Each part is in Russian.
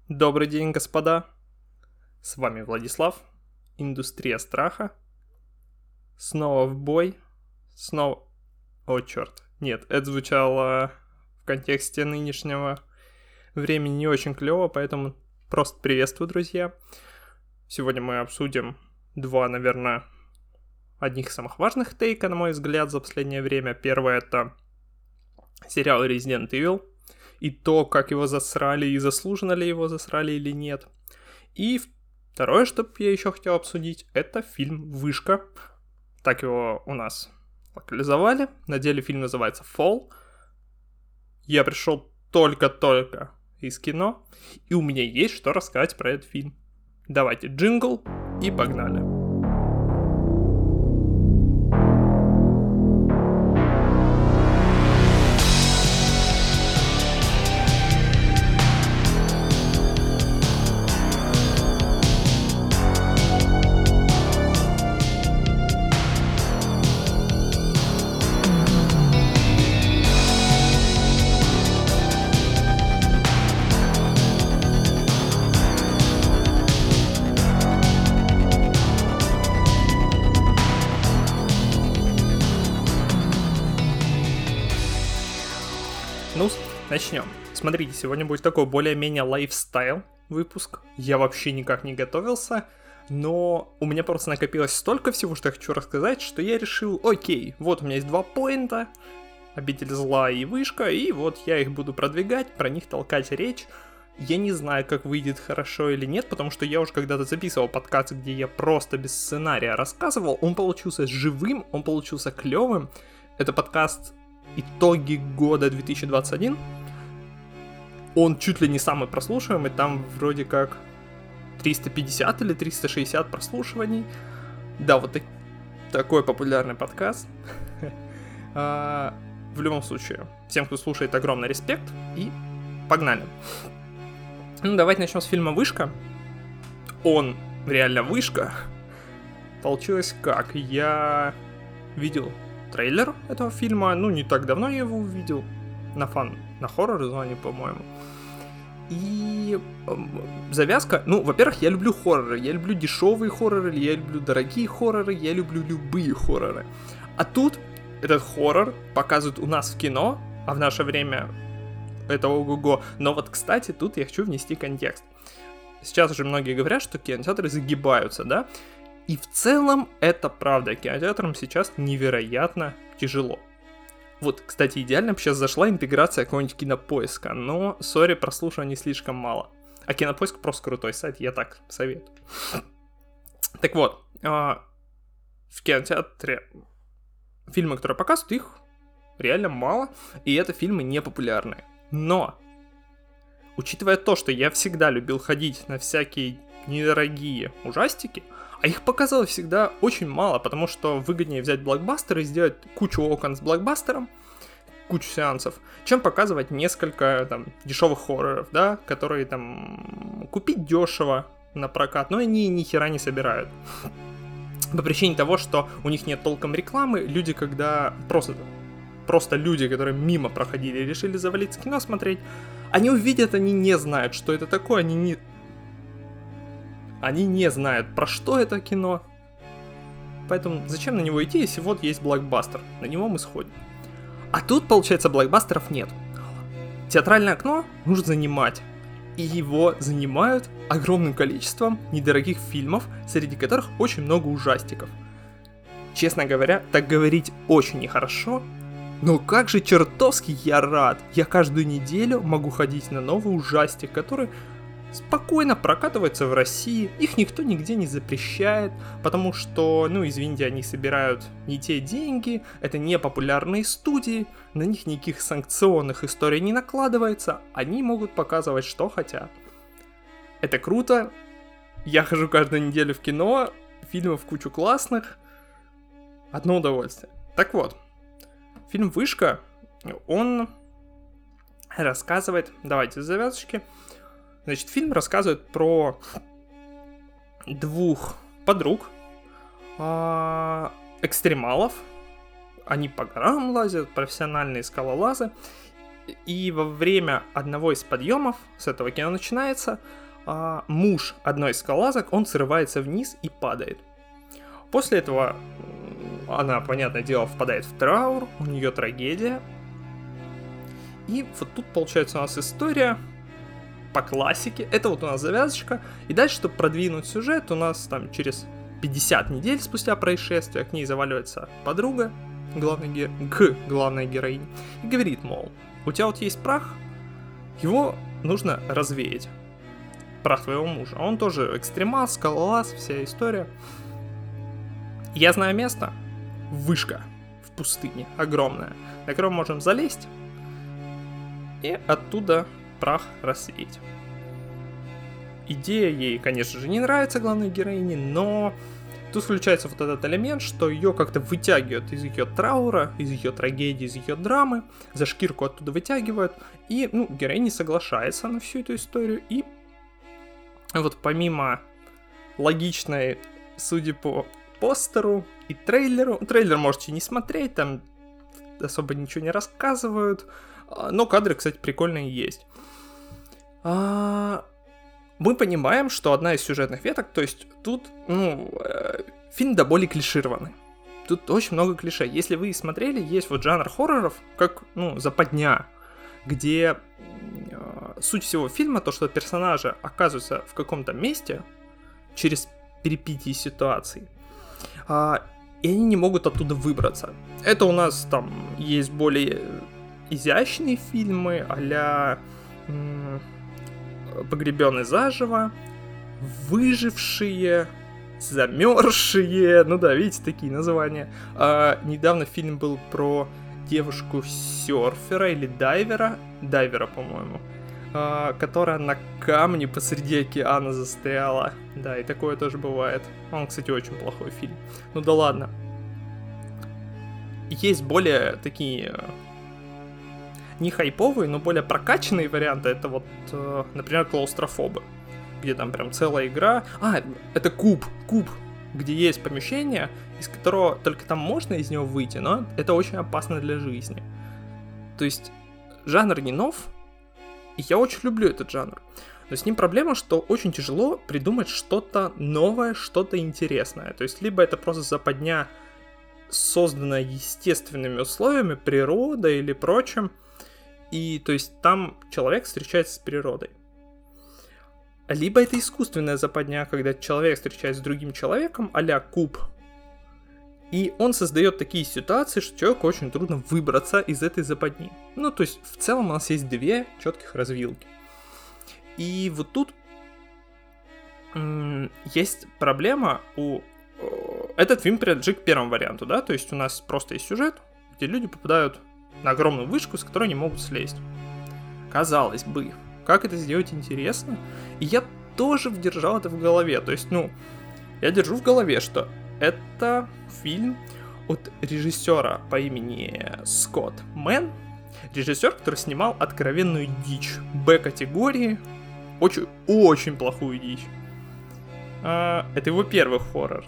Добрый день, господа. С вами Владислав. Индустрия страха. Снова в бой. Снова... О, черт. Нет, это звучало в контексте нынешнего времени не очень клево, поэтому просто приветствую, друзья. Сегодня мы обсудим два, наверное, одних из самых важных тейка, на мой взгляд, за последнее время. Первое — это сериал Resident Evil. И то, как его засрали, и заслуженно ли его засрали или нет. И второе, что я еще хотел обсудить, это фильм «Вышка». Так его у нас локализовали. На деле фильм называется «Fall». Я пришел только-только из кино, и у меня есть что рассказать про этот фильм. Давайте джингл и погнали. Ну, начнем. Смотрите, сегодня будет такой более-менее лайфстайл выпуск. Я вообще никак не готовился, но у меня просто накопилось столько всего, что я хочу рассказать, что я решил, окей, вот у меня есть 2 поинта, Обитель зла и Вышка, и вот я их буду продвигать, про них толкать речь. Я не знаю, как выйдет хорошо или нет, потому что я уже когда-то записывал подкаст, где я просто без сценария рассказывал. Он получился живым, он получился клевым. Это подкаст «Итоги года 2021». Он чуть ли не самый прослушиваемый, там вроде как 350 или 360 прослушиваний. Да, вот такой популярный подкаст. В любом случае, всем, кто слушает, огромный респект, и погнали. Ну, давайте начнем с фильма «Вышка». Он реально вышка. Получилось как? Я видел трейлер этого фильма, не так давно я его увидел, на хоррор-зоне, по-моему. И завязка, во-первых, я люблю хорроры, я люблю дешевые хорроры, я люблю дорогие хорроры, я люблю любые хорроры. А тут этот хоррор показывают у нас в кино, а в наше время это ого-го. Но вот, кстати, тут я хочу внести контекст. Сейчас уже многие говорят, что кинотеатры загибаются, да? И в целом это правда, кинотеатрам сейчас невероятно тяжело. Вот, кстати, идеально бы сейчас зашла интеграция какого-нибудь Кинопоиска, но, сори, прослушиваний слишком мало. А Кинопоиск просто крутой сайт, я так советую. Так вот, в кинотеатре фильмы, которые показывают, их реально мало, и это фильмы непопулярные. Но, учитывая то, что я всегда любил ходить на всякие недорогие ужастики, а их показалось всегда очень мало, потому что выгоднее взять блокбастер и сделать кучу окон с блокбастером, кучу сеансов, чем показывать несколько дешевых хорроров, да, которые купить дешево на прокат, но они ни хера не собирают. По причине того, что у них нет толком рекламы, люди, когда просто люди, которые мимо проходили и решили завалиться кино смотреть, они увидят, они не знают, что это такое, они не знают, про что это кино. Поэтому зачем на него идти, если вот есть блокбастер? На него мы сходим. А тут, получается, блокбастеров нет. Театральное окно нужно занимать. И его занимают огромным количеством недорогих фильмов, среди которых очень много ужастиков. Честно говоря, так говорить очень нехорошо, но как же чертовски я рад. Я каждую неделю могу ходить на новый ужастик, который спокойно прокатывается в России, их никто нигде не запрещает, потому что, извините, они собирают не те деньги, это не популярные студии, на них никаких санкционных историй не накладывается, они могут показывать, что хотят. Это круто, я хожу каждую неделю в кино, фильмов кучу классных, одно удовольствие. Так вот, фильм «Вышка», он рассказывает, давайте завязочки. Значит, фильм рассказывает про 2 подруг, экстремалов. Они по горам лазят, профессиональные скалолазы. И во время одного из подъемов, с этого кино начинается, муж одной из скалолазок, он срывается вниз и падает. После этого она, понятное дело, впадает в траур, у нее трагедия. И вот тут получается у нас история по классике. Это вот у нас завязочка. И дальше, чтобы продвинуть сюжет, у нас там через 50 недель спустя происшествия к ней заваливается подруга к главной героине и говорит, мол, у тебя вот есть прах, его нужно развеять. Прах твоего мужа. Он тоже экстремал, скалолаз, вся история. Я знаю место, вышка в пустыне, огромная, на которую можем залезть и оттуда прах рассеять. Идея ей, конечно же, не нравится главной героине, но тут включается вот этот элемент, что ее как-то вытягивают из ее траура, из ее трагедии, из ее драмы, за шкирку оттуда вытягивают, и, героиня соглашается на всю эту историю, и вот помимо логичной, судя по постеру и трейлеру можете не смотреть, там особо ничего не рассказывают, но кадры, кстати, прикольные есть. Мы понимаем, что одна из сюжетных веток, то есть тут, фильм до боли клишированный. Тут очень много клише. Если вы смотрели, есть вот жанр хорроров, как, западня, где суть всего фильма, то, что персонажи оказываются в каком-то месте через перипетии ситуаций, и они не могут оттуда выбраться. Это у нас там есть более изящные фильмы, а-ля «Погребенный заживо», «Выжившие», «Замерзшие», видите, такие названия. Недавно фильм был про девушку-серфера или дайвера, по-моему, которая на камне посреди океана застряла. Да, и такое тоже бывает. Он, кстати, очень плохой фильм. Да ладно. Есть более такие не хайповые, но более прокачанные варианты. Это вот, например, клаустрофобы, где там прям целая игра. Это куб, где есть помещение, из которого только там можно из него выйти, но это очень опасно для жизни. То есть жанр не нов, и я очень люблю этот жанр. Но с ним проблема, что очень тяжело придумать что-то новое, что-то интересное. То есть либо это просто западня, созданная естественными условиями, природой или прочим, и то есть там человек встречается с природой. Либо это искусственная западня, когда человек встречается с другим человеком, а-ля куб, и он создает такие ситуации, что человеку очень трудно выбраться из этой западни. То есть в целом у нас есть две четких развилки. И вот тут есть проблема Этот фильм принадлежит к первому варианту, да? То есть у нас просто есть сюжет, где люди попадают на огромную вышку, с которой не могут слезть. Казалось бы, как это сделать интересно? И я тоже держал это в голове. То есть, я держу в голове, что это фильм от режиссера по имени Скотт Мэн. Режиссер, который снимал откровенную дичь Б-категории. Очень плохую дичь. Это его первый хоррор.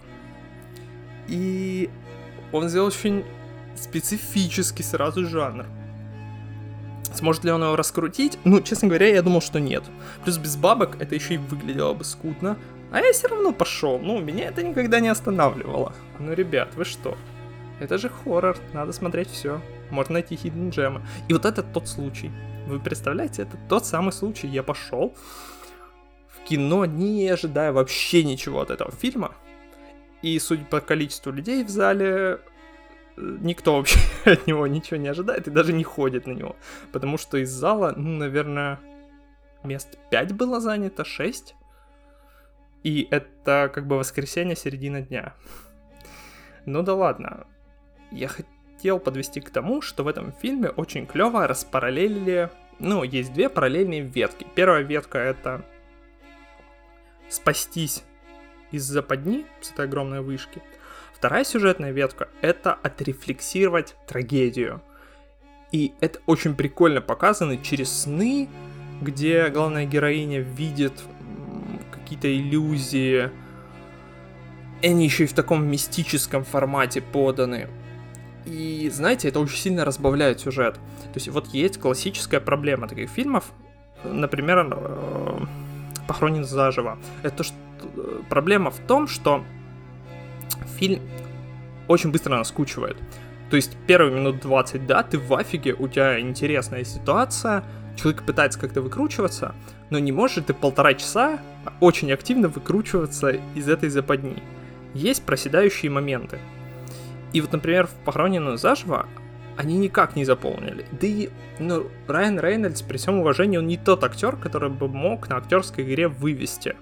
И он сделал очень специфический сразу жанр. Сможет ли он его раскрутить? Честно говоря, я думал, что нет. Плюс без бабок это еще и выглядело бы скудно. А я все равно пошел. Меня это никогда не останавливало. Ребят, вы что? Это же хоррор, надо смотреть все. Можно найти hidden джемы. И вот это тот случай. Вы представляете, это тот самый случай. Я пошел в кино, не ожидая вообще ничего от этого фильма. И судя по количеству людей в зале, никто вообще от него ничего не ожидает и даже не ходит на него. Потому что из зала, наверное, мест 5 было занято, 6. И это как бы воскресенье, середина дня. Да ладно. Я хотел подвести к тому, что в этом фильме очень клево распараллелили... есть две параллельные ветки. Первая ветка — это спастись из западни с этой огромной вышки. Вторая сюжетная ветка — это отрефлексировать трагедию. И это очень прикольно показано через сны, где главная героиня видит какие-то иллюзии. И они еще и в таком мистическом формате поданы. И, знаете, это очень сильно разбавляет сюжет. То есть вот есть классическая проблема таких фильмов, например, «Похоронен заживо». Это что проблема в том, что фильм очень быстро наскучивает. То есть первые минут 20, да, ты в афиге, у тебя интересная ситуация, человек пытается как-то выкручиваться, но не можешь ты 1,5 часа очень активно выкручиваться из этой западни. Есть проседающие моменты. И вот, например, в «Похороненную заживо» они никак не заполнили. Да и Райан Рейнольдс, при всем уважении, он не тот актер, который бы мог на актерской игре вывести.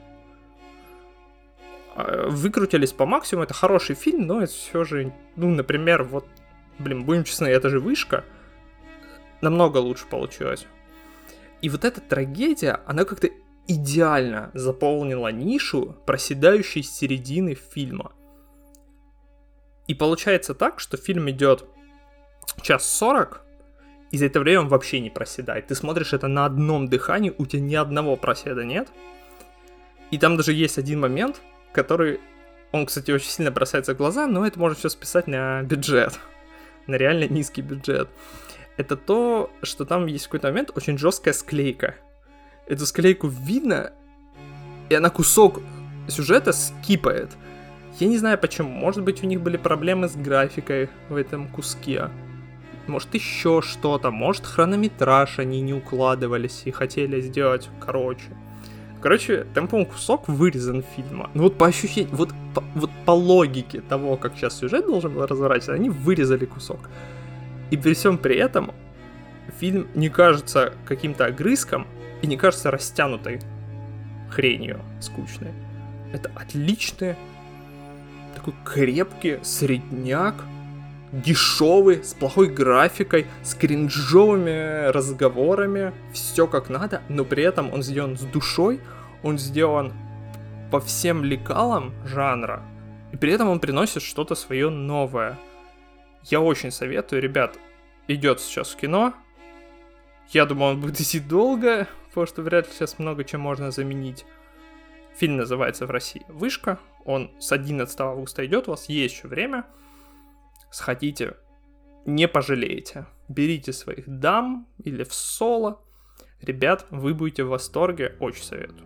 Выкрутились по максимуму, это хороший фильм, но это все же, например, вот, будем честны, это же «Вышка», намного лучше получилось. И вот эта трагедия, она как-то идеально заполнила нишу проседающей середины фильма. И получается так, что фильм идет 1:40, и за это время он вообще не проседает. Ты смотришь это на одном дыхании, у тебя ни одного проседа нет. И там даже есть один момент, который, он, кстати, очень сильно бросается в глаза, но это можно все списать на бюджет, на реально низкий бюджет. Это то, что там есть в какой-то момент очень жесткая склейка. Эту склейку видно, и она кусок сюжета скипает. Я не знаю почему, может быть у них были проблемы с графикой в этом куске. Может еще что-то, может хронометраж они не укладывались и хотели сделать короче. Короче, там, по-моему, кусок вырезан фильма. Ну вот по ощущению, вот по логике того, как сейчас сюжет должен был разворачиваться, они вырезали кусок. И при всем при этом фильм не кажется каким-то огрызком и не кажется растянутой хренью скучной. Это отличный, такой крепкий средняк, дешевый, с плохой графикой, с кринжовыми разговорами, все как надо, но при этом он сделан с душой, он сделан по всем лекалам жанра, и при этом он приносит что-то свое новое. Я очень советую, ребят, идет сейчас в кино. Я думаю, он будет идти долго, потому что вряд ли сейчас много чем можно заменить. Фильм называется в России «Вышка». Он с 11 августа идет, у вас есть еще время. Сходите, не пожалеете. Берите своих дам или в соло. Ребят, вы будете в восторге, очень советую.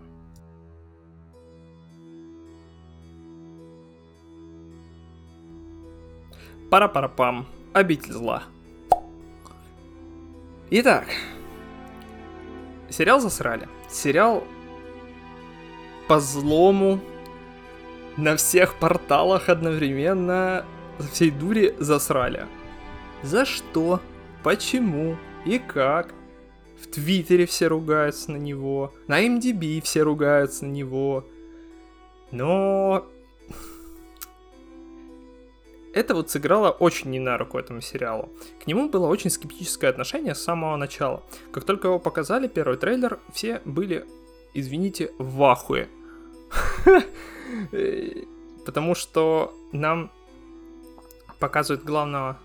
Пара-пара-пам. «Обитель зла». Итак, сериал засрали. Сериал по злому на всех порталах одновременно за всей дури засрали. За что? Почему? И как? В Твиттере все ругаются на него, на IMDb все ругаются на него. Но это вот сыграло очень не на руку этому сериалу. К нему было очень скептическое отношение с самого начала. Как только его показали, первый трейлер, все были, извините, в ахуе. Потому что нам показывают главного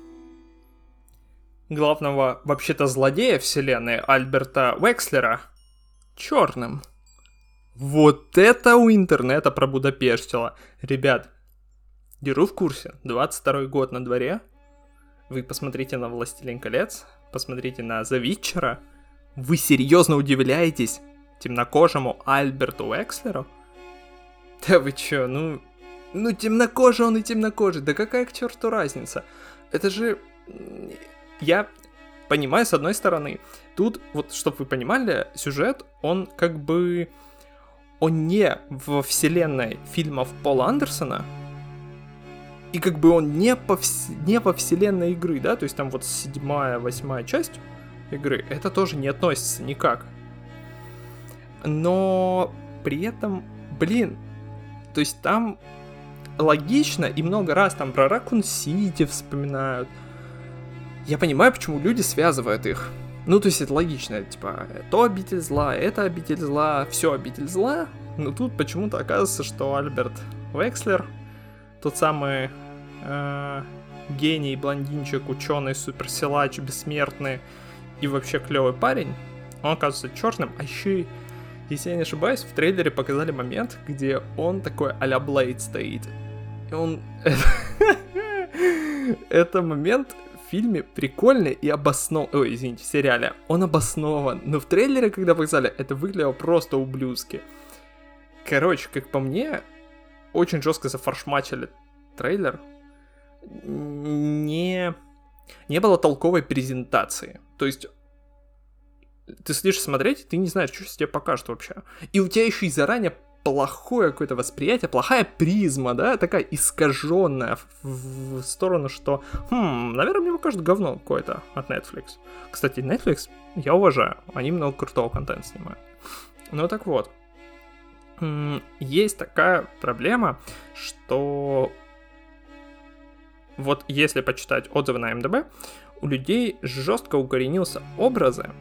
вообще-то злодея вселенной Альберта Уэкслера черным. Вот это у интернета пробудапештило. Ребят, держу в курсе, 22-й год на дворе. Вы посмотрите на «Властелин колец», посмотрите на «The Witcher». Вы серьезно удивляетесь темнокожему Альберту Уэкслеру? Да вы чё, ну темнокожий он и темнокожий, да какая к черту разница? Это же... Я понимаю, с одной стороны, тут, вот, чтобы вы понимали, сюжет, он как бы... Он не во вселенной фильмов Пола Андерсона, и как бы он не по вселенной игры, да, то есть там вот 7-я, 8-я часть игры, это тоже не относится никак. Но при этом, то есть там логично, и много раз там про Ракун Сити вспоминают. Я понимаю, почему люди связывают их. Ну, то есть это логично, типа, то обитель зла, это обитель зла, все обитель зла. Но тут почему-то оказывается, что Альберт Уэкслер, тот самый гений, блондинчик, ученый, суперсилач, бессмертный и вообще клевый парень, он оказывается черным, а еще и, если я не ошибаюсь, в трейлере показали момент, где он такой а-ля Блейд стоит. И он... Это момент в фильме прикольный и обоснован. Ой, извините, в сериале. Он обоснован. Но в трейлере, когда показали, это выглядело просто ублюдски. Короче, как по мне, очень жестко зафаршмачили трейлер. Не было толковой презентации. То есть ты сидишь смотреть, ты не знаешь, что тебе покажут вообще. И у тебя еще и заранее плохое какое-то восприятие, плохая призма, да, такая искаженная в сторону, что, наверное, мне покажут говно какое-то от Netflix. Кстати, Netflix я уважаю, они много крутого контента снимают. Ну так вот, есть такая проблема, что вот если почитать отзывы на МДБ, у людей жестко укоренились образы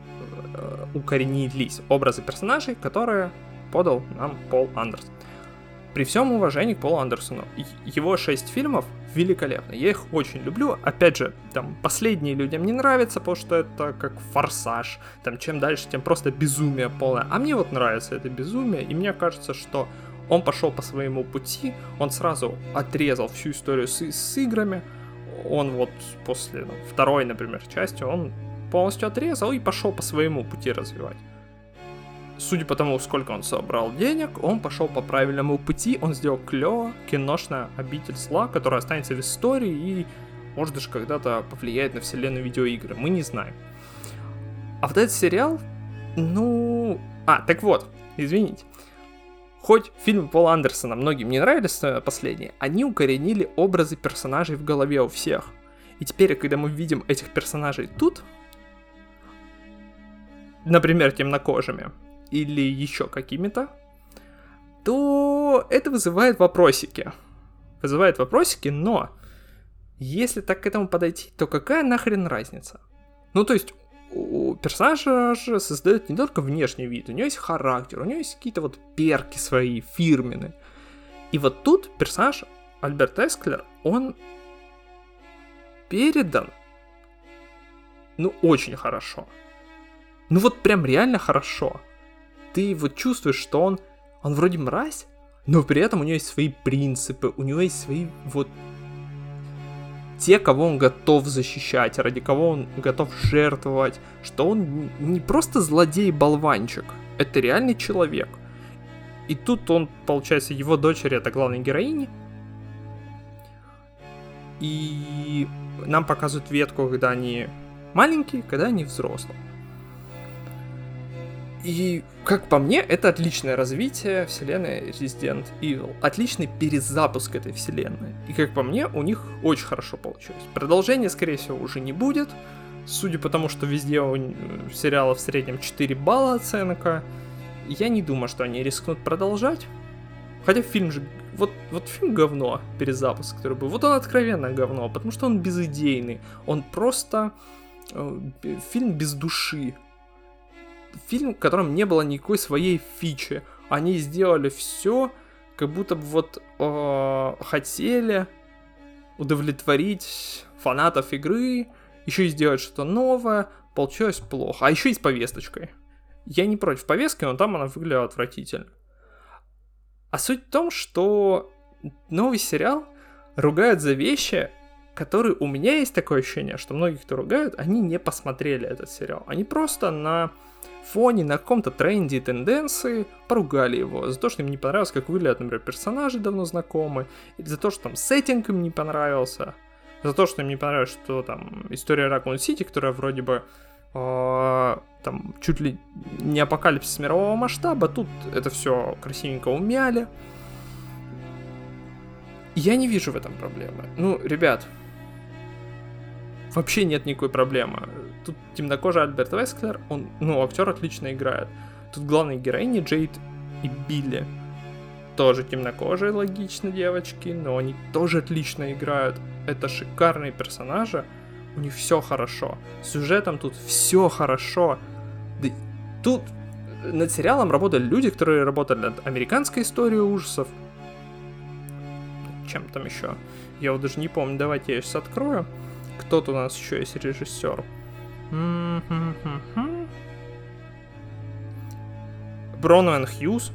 персонажей, которые подал нам Пол Андерсон. При всем уважении к Полу Андерсону, его 6 фильмов великолепны. Я их очень люблю. Опять же, там, последние людям не нравятся, потому что это как форсаж. Там, чем дальше, тем просто безумие полное. А мне вот нравится это безумие, и мне кажется, что он пошел по своему пути, он сразу отрезал всю историю с играми. Он вот после второй, например, части, он полностью отрезал и пошел по своему пути развивать. Судя по тому, сколько он собрал денег, он пошел по правильному пути, он сделал клево киношная обитель зла, которая останется в истории и, может, даже когда-то повлияет на вселенную видеоигры, мы не знаем. А вот этот сериал, так вот, извините. Хоть фильмы Пола Андерсона многим не нравились последние, они укоренили образы персонажей в голове у всех. И теперь, когда мы видим этих персонажей тут, например, темнокожими, или еще какими-то, то это вызывает вопросики. Но если так к этому подойти, то какая нахрен разница? Ну, то есть, у персонажа же создает не только внешний вид, у него есть характер, у него есть какие-то вот перки свои, фирменные. И вот тут персонаж Альберт Эсклер, он передан, очень хорошо. Вот прям реально хорошо. Ты вот чувствуешь, что он вроде мразь, но при этом у него есть свои принципы, у него есть свои вот те, кого он готов защищать, ради кого он готов жертвовать, что он не просто злодей-болванчик, это реальный человек. И тут он, получается, его дочери это главной героини, и нам показывают ветку, когда они маленькие, когда они взрослые. И, как по мне, это отличное развитие вселенной Resident Evil. Отличный перезапуск этой вселенной. И, как по мне, у них очень хорошо получилось. Продолжения, скорее всего, уже не будет. Судя по тому, что везде у сериала в среднем 4 балла оценка, я не думаю, что они рискнут продолжать. Хотя фильм же... Вот фильм говно, перезапуск, который был. Вот он откровенно говно, потому что он безыдейный. Он просто... фильм без души. Фильм, в котором не было никакой своей фичи. Они сделали все, как будто бы вот хотели удовлетворить фанатов игры, еще и сделать что-то новое. Получилось плохо. А еще и с повесточкой. Я не против повестки, но там она выглядела отвратительно. А суть в том, что новый сериал ругают за вещи, которые у меня есть такое ощущение, что многие, кто ругают, они не посмотрели этот сериал. Они просто на фоне, на каком-то тренде и тенденции поругали его за то, что им не понравилось, как выглядят, например, персонажи давно знакомые, или за то, что там сеттинг им не понравился, за то, что им не понравилось, что там история Raccoon City, которая вроде бы там чуть ли не апокалипсис мирового масштаба, тут это все красивенько умяли. Я не вижу в этом проблемы. Ребят, вообще нет никакой проблемы. Тут темнокожий Альберт Весклер, он, актер отлично играет. Тут главные героини Джейд и Билли. Тоже темнокожие, логично, девочки, но они тоже отлично играют. Это шикарные персонажи. У них все хорошо. С сюжетом тут все хорошо. Да, тут над сериалом работали люди, которые работали над американской историей ужасов. Чем там еще? Я вот даже не помню. Давайте я сейчас открою. Кто-то у нас еще есть режиссер. Бронвен Хьюз.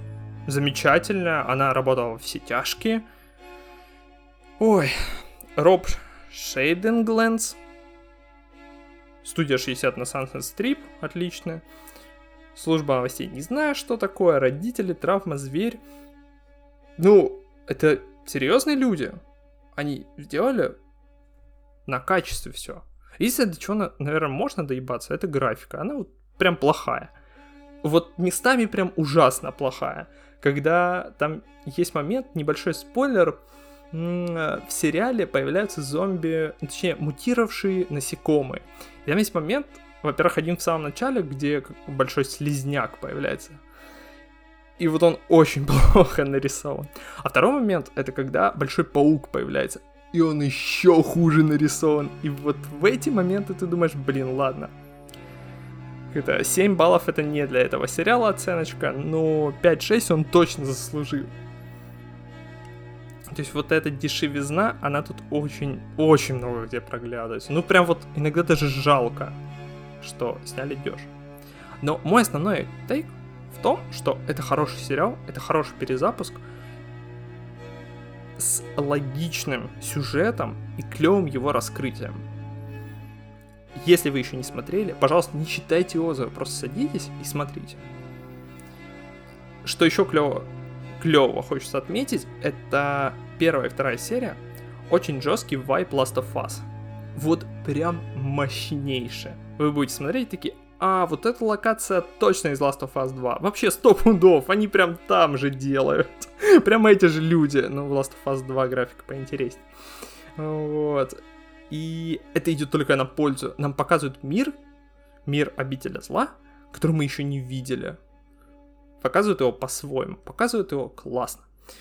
Замечательная. Она работала в «Все тяжкие». Ой. Роб Shadowlands. Студия 60 на Sunset Strip, отлично. Служба новостей, не знаю, что такое. Родители, травма, зверь. Ну, это серьезные люди. Они сделали на качестве все. Если до чего, наверное, можно доебаться, это графика. Она вот прям плохая. Вот местами прям ужасно плохая. Когда там есть момент, небольшой спойлер, в сериале появляются зомби, точнее, мутировавшие насекомые. И там есть момент, во-первых, один в самом начале, где большой слизняк появляется. И вот он очень плохо нарисован. А второй момент, это когда большой паук появляется. И он еще хуже нарисован. И вот в эти моменты ты думаешь, блин, ладно. Это 7 баллов это не для этого сериала оценочка, но 5-6 он точно заслужил. То есть вот эта дешевизна, она тут очень много где проглядывается. Ну прям вот иногда даже жалко, что сняли дешево. Но мой основной тейк в том, что это хороший сериал, это хороший перезапуск с логичным сюжетом и клевым его раскрытием. Если вы еще не смотрели, пожалуйста, не читайте отзывы, просто садитесь и смотрите. Что еще клево хочется отметить, это первая и вторая серия, очень жесткий вайб Last of Us. Вот прям мощнейшая. Вы будете смотреть такие, вот эта локация точно из Last of Us 2. Вообще 100 пудов, они прям там же делают. Прям эти же люди. Но в Last of Us 2 графика поинтереснее. Вот. И это идет только на пользу. Нам показывают мир обителя зла, который мы еще не видели. Показывают его по-своему, показывают его классно.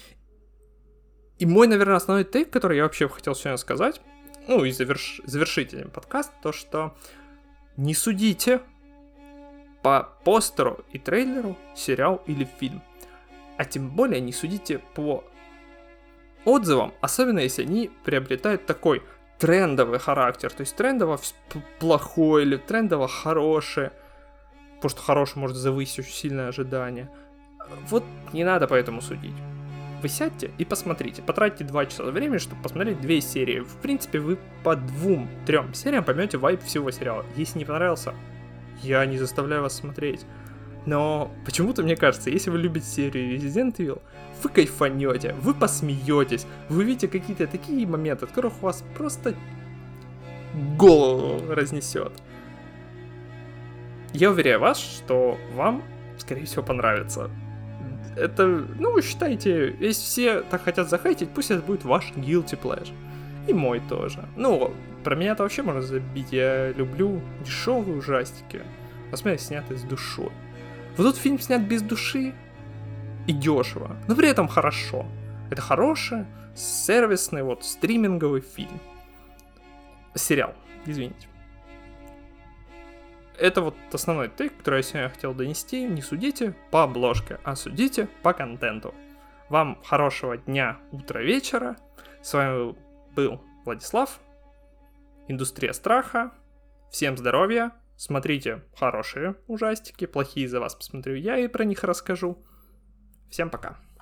И мой, наверное, основной тейк, который я вообще хотел сегодня сказать, и завершить этим подкаст, то что не судите по постеру и трейлеру сериал или фильм. А тем более не судите по отзывам, особенно если они приобретают такой трендовый характер. То есть трендово плохой или трендово хорошее. Потому что хорошее может завысить очень сильное ожидание. Вот не надо поэтому судить. Вы сядьте и посмотрите. Потратьте 2 часа времени, чтобы посмотреть 2 серии. В принципе, вы по 2-3 сериям поймете вайб всего сериала. Если не понравился, я не заставляю вас смотреть. Но почему-то мне кажется, если вы любите серию Resident Evil, вы кайфанете, вы посмеетесь, вы увидите какие-то такие моменты, от которых у вас просто голову разнесет. Я уверяю вас, что вам, скорее всего, понравится. Это, вы считаете, если все так хотят захейтить, пусть это будет ваш guilty pleasure. И мой тоже. Про меня это вообще можно забить. Я люблю дешевые ужастики, особенно снятые с душой. Вот тут фильм снят без души и дешево, но при этом хорошо. Это хороший, сервисный, стриминговый фильм. Сериал, извините. Это основной тейк, который я сегодня хотел донести. Не судите по обложке, а судите по контенту. Вам хорошего дня, утра, вечера. С вами был Владислав. Индустрия страха. Всем здоровья. Смотрите хорошие ужастики. Плохие за вас посмотрю я и про них расскажу. Всем пока.